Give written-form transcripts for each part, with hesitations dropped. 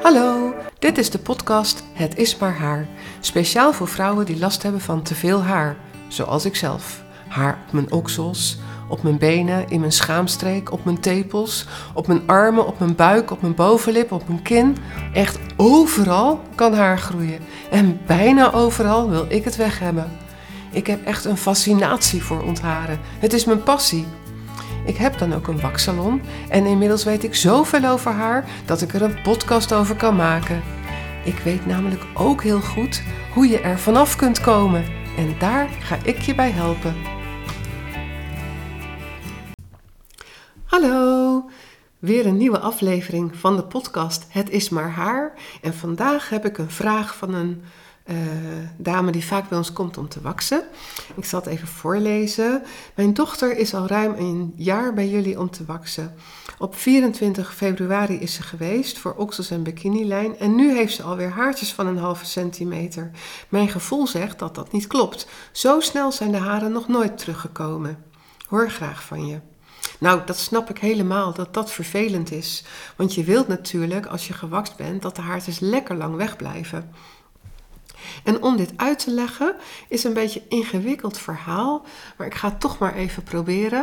Hallo, dit is de podcast Het is maar haar. Speciaal voor vrouwen die last hebben van te veel haar, zoals ik zelf. Haar op mijn oksels, op mijn benen, in mijn schaamstreek, op mijn tepels, op mijn armen, op mijn buik, op mijn bovenlip, op mijn kin. Echt overal kan haar groeien. En bijna overal wil ik het weg hebben. Ik heb echt een fascinatie voor ontharen. Het is mijn passie. Ik heb dan ook een waksalon en inmiddels weet ik zoveel over haar dat ik er een podcast over kan maken. Ik weet namelijk ook heel goed hoe je er vanaf kunt komen en daar ga ik je bij helpen. Hallo, weer een nieuwe aflevering van de podcast Het is maar haar. En vandaag heb ik een vraag van een dame die vaak bij ons komt om te waksen. Ik zal het even voorlezen. Mijn dochter is al ruim een jaar bij jullie om te waksen. Op 24 februari is ze geweest voor oksels en bikinilijn en nu heeft ze alweer haartjes van 1,5 centimeter. Mijn gevoel zegt dat dat niet klopt. Zo snel zijn de haren nog nooit teruggekomen. Hoor graag van je. Nou, dat snap ik helemaal, dat dat vervelend is. Want je wilt natuurlijk, als je gewakst bent, dat de haartjes lekker lang wegblijven. En om dit uit te leggen is een beetje een ingewikkeld verhaal, maar ik ga het toch maar even proberen.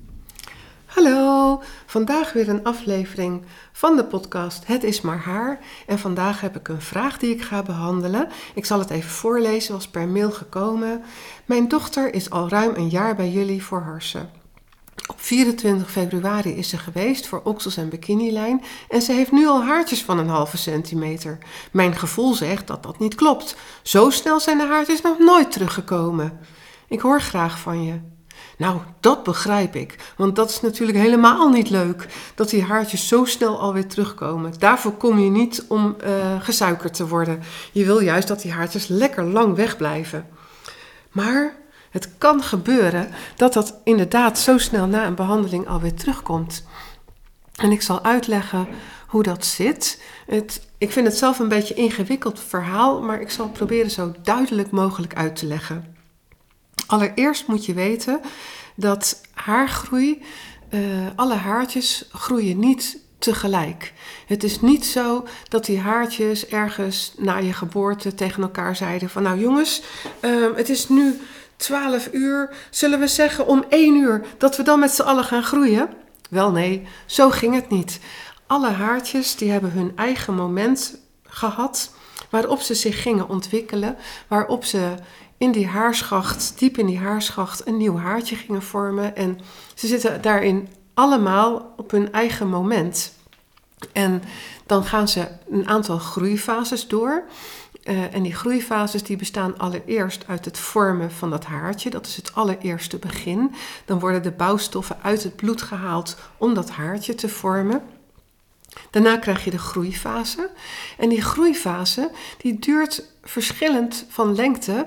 Hallo, vandaag weer een aflevering van de podcast Het is maar haar. En vandaag heb ik een vraag die ik ga behandelen. Ik zal het even voorlezen, was per mail gekomen. Mijn dochter is al ruim een jaar bij jullie voor harsen. Op 24 februari is ze geweest voor oksels en bikinilijn en ze heeft nu al haartjes van 1,5 centimeter. Mijn gevoel zegt dat dat niet klopt. Zo snel zijn de haartjes nog nooit teruggekomen. Ik hoor graag van je. Nou, dat begrijp ik, want dat is natuurlijk helemaal niet leuk, dat die haartjes zo snel alweer terugkomen. Daarvoor kom je niet om gesuikerd te worden. Je wil juist dat die haartjes lekker lang wegblijven. Maar het kan gebeuren dat dat inderdaad zo snel na een behandeling alweer terugkomt. En ik zal uitleggen hoe dat zit. Ik vind het zelf een beetje een ingewikkeld verhaal, maar ik zal proberen zo duidelijk mogelijk uit te leggen. Allereerst moet je weten dat haargroei, alle haartjes groeien niet tegelijk. Het is niet zo dat die haartjes ergens na je geboorte tegen elkaar zeiden van nou jongens, het is nu 12 uur, zullen we zeggen om 1 uur dat we dan met z'n allen gaan groeien? Wel nee, zo ging het niet. Alle haartjes die hebben hun eigen moment gehad waarop ze zich gingen ontwikkelen, waarop ze in die haarschacht, diep in die haarschacht, een nieuw haartje gingen vormen. En ze zitten daarin allemaal op hun eigen moment. En dan gaan ze een aantal groeifases door. En die groeifases die bestaan allereerst uit het vormen van dat haartje. Dat is het allereerste begin. Dan worden de bouwstoffen uit het bloed gehaald om dat haartje te vormen. Daarna krijg je de groeifase. En die groeifase die duurt verschillend van lengte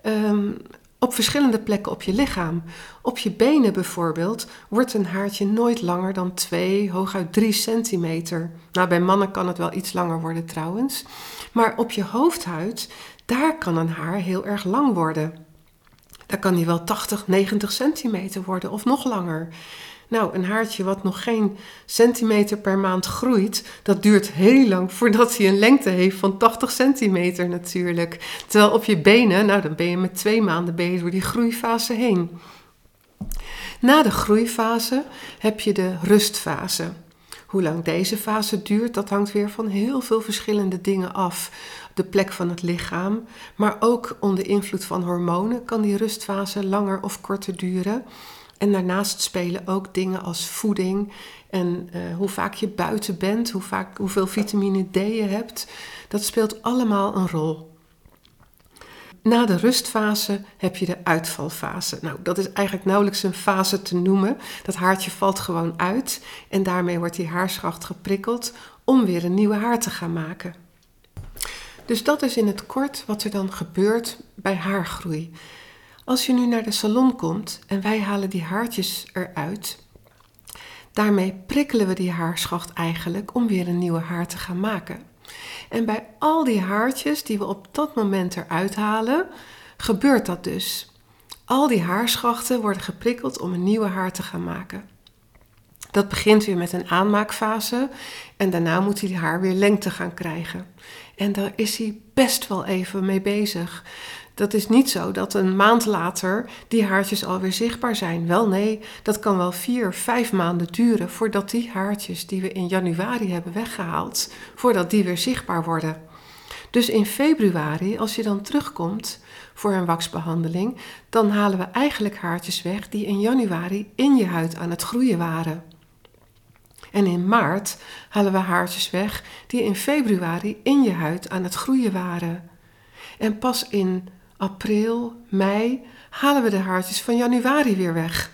op verschillende plekken op je lichaam. Op je benen bijvoorbeeld wordt een haartje nooit langer dan 2, hooguit 3 centimeter. Nou, bij mannen kan het wel iets langer worden trouwens. Maar op je hoofdhuid, daar kan een haar heel erg lang worden. Daar kan die wel 80, 90 centimeter worden of nog langer. Nou, een haartje wat nog geen centimeter per maand groeit, dat duurt heel lang voordat hij een lengte heeft van 80 centimeter natuurlijk. Terwijl op je benen, nou dan ben je met 2 maanden door die groeifase heen. Na de groeifase heb je de rustfase. Hoe lang deze fase duurt, dat hangt weer van heel veel verschillende dingen af. De plek van het lichaam, maar ook onder invloed van hormonen kan die rustfase langer of korter duren. En daarnaast spelen ook dingen als voeding en hoe vaak je buiten bent, hoeveel vitamine D je hebt. Dat speelt allemaal een rol. Na de rustfase heb je de uitvalfase. Nou, dat is eigenlijk nauwelijks een fase te noemen. Dat haartje valt gewoon uit en daarmee wordt die haarschacht geprikkeld om weer een nieuwe haar te gaan maken. Dus dat is in het kort wat er dan gebeurt bij haargroei. Als je nu naar de salon komt en wij halen die haartjes eruit, daarmee prikkelen we die haarschacht eigenlijk om weer een nieuwe haar te gaan maken. En bij al die haartjes die we op dat moment eruit halen, gebeurt dat dus. Al die haarschachten worden geprikkeld om een nieuwe haar te gaan maken. Dat begint weer met een aanmaakfase en daarna moet hij haar weer lengte gaan krijgen. En daar is hij best wel even mee bezig. Dat is niet zo dat een maand later die haartjes alweer zichtbaar zijn. Wel nee, dat kan wel 4-5 maanden duren voordat die haartjes die we in januari hebben weggehaald, voordat die weer zichtbaar worden. Dus in februari, als je dan terugkomt voor een waxbehandeling, dan halen we eigenlijk haartjes weg die in januari in je huid aan het groeien waren. En in maart halen we haartjes weg die in februari in je huid aan het groeien waren. En pas in april, mei halen we de haartjes van januari weer weg.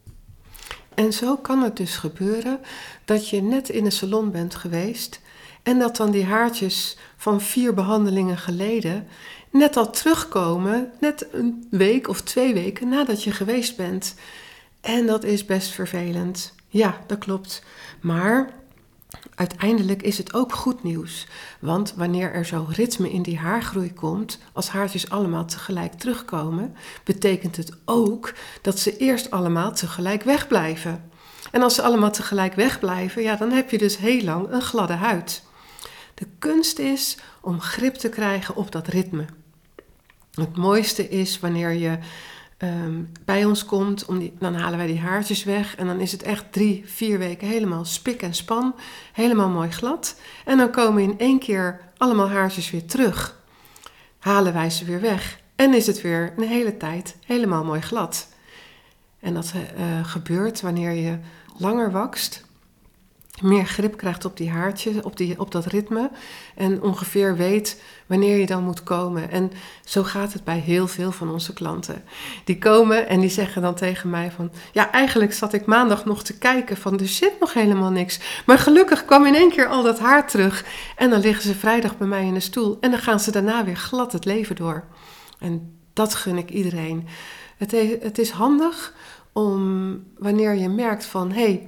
En zo kan het dus gebeuren dat je net in een salon bent geweest en dat dan die haartjes van 4 behandelingen geleden net al terugkomen, net een week of 2 weken nadat je geweest bent. En dat is best vervelend. Ja, dat klopt. Maar uiteindelijk is het ook goed nieuws. Want wanneer er zo ritme in die haargroei komt, als haartjes allemaal tegelijk terugkomen, betekent het ook dat ze eerst allemaal tegelijk wegblijven. En als ze allemaal tegelijk wegblijven, ja, dan heb je dus heel lang een gladde huid. De kunst is om grip te krijgen op dat ritme. Het mooiste is wanneer je bij ons komt, dan halen wij die haartjes weg en dan is het echt 3-4 weken helemaal spik en span, helemaal mooi glad. En dan komen in 1 keer allemaal haartjes weer terug. Halen wij ze weer weg en is het weer een hele tijd helemaal mooi glad. En dat gebeurt wanneer je langer wakst, meer grip krijgt op die haartjes, op dat ritme en ongeveer weet wanneer je dan moet komen. En zo gaat het bij heel veel van onze klanten. Die komen en die zeggen dan tegen mij van, ja, eigenlijk zat ik maandag nog te kijken van, er zit nog helemaal niks. Maar gelukkig kwam in 1 keer al dat haar terug en dan liggen ze vrijdag bij mij in de stoel en dan gaan ze daarna weer glad het leven door. En dat gun ik iedereen. Het is handig om, wanneer je merkt van, hey,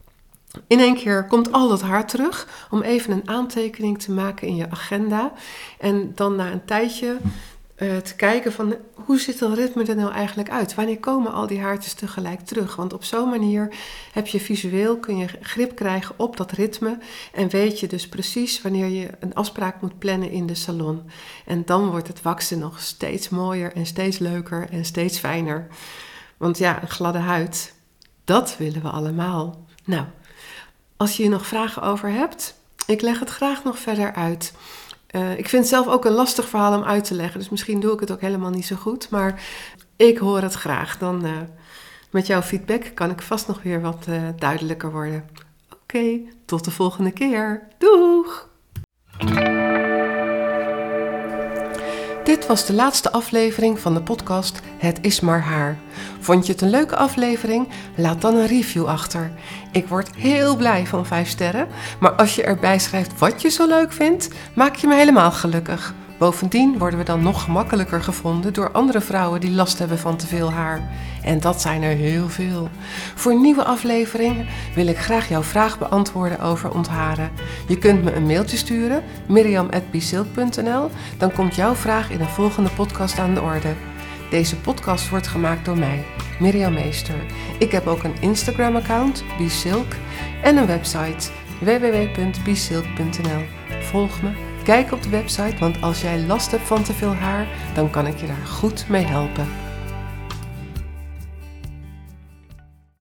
in 1 keer komt al dat haar terug, om even een aantekening te maken in je agenda. En dan na een tijdje te kijken van, hoe ziet dat ritme er nou eigenlijk uit? Wanneer komen al die haartjes tegelijk terug? Want op zo'n manier heb je visueel, kun je grip krijgen op dat ritme. En weet je dus precies wanneer je een afspraak moet plannen in de salon. En dan wordt het waksen nog steeds mooier en steeds leuker en steeds fijner. Want ja, een gladde huid, dat willen we allemaal. Nou, als je hier nog vragen over hebt, ik leg het graag nog verder uit. Ik vind het zelf ook een lastig verhaal om uit te leggen, dus misschien doe ik het ook helemaal niet zo goed. Maar ik hoor het graag. Dan met jouw feedback kan ik vast nog weer wat duidelijker worden. Oké, tot de volgende keer. Doeg! Dit was de laatste aflevering van de podcast Het is maar haar. Vond je het een leuke aflevering? Laat dan een review achter. Ik word heel blij van 5 sterren, maar als je erbij schrijft wat je zo leuk vindt, maak je me helemaal gelukkig. Bovendien worden we dan nog gemakkelijker gevonden door andere vrouwen die last hebben van te veel haar. En dat zijn er heel veel. Voor nieuwe afleveringen wil ik graag jouw vraag beantwoorden over ontharen. Je kunt me een mailtje sturen, miriam@bisilk.nl. Dan komt jouw vraag in een volgende podcast aan de orde. Deze podcast wordt gemaakt door mij, Miriam Meester. Ik heb ook een Instagram-account, Bisilk, en een website, www.bisilk.nl. Volg me. Kijk op de website, want als jij last hebt van te veel haar, dan kan ik je daar goed mee helpen.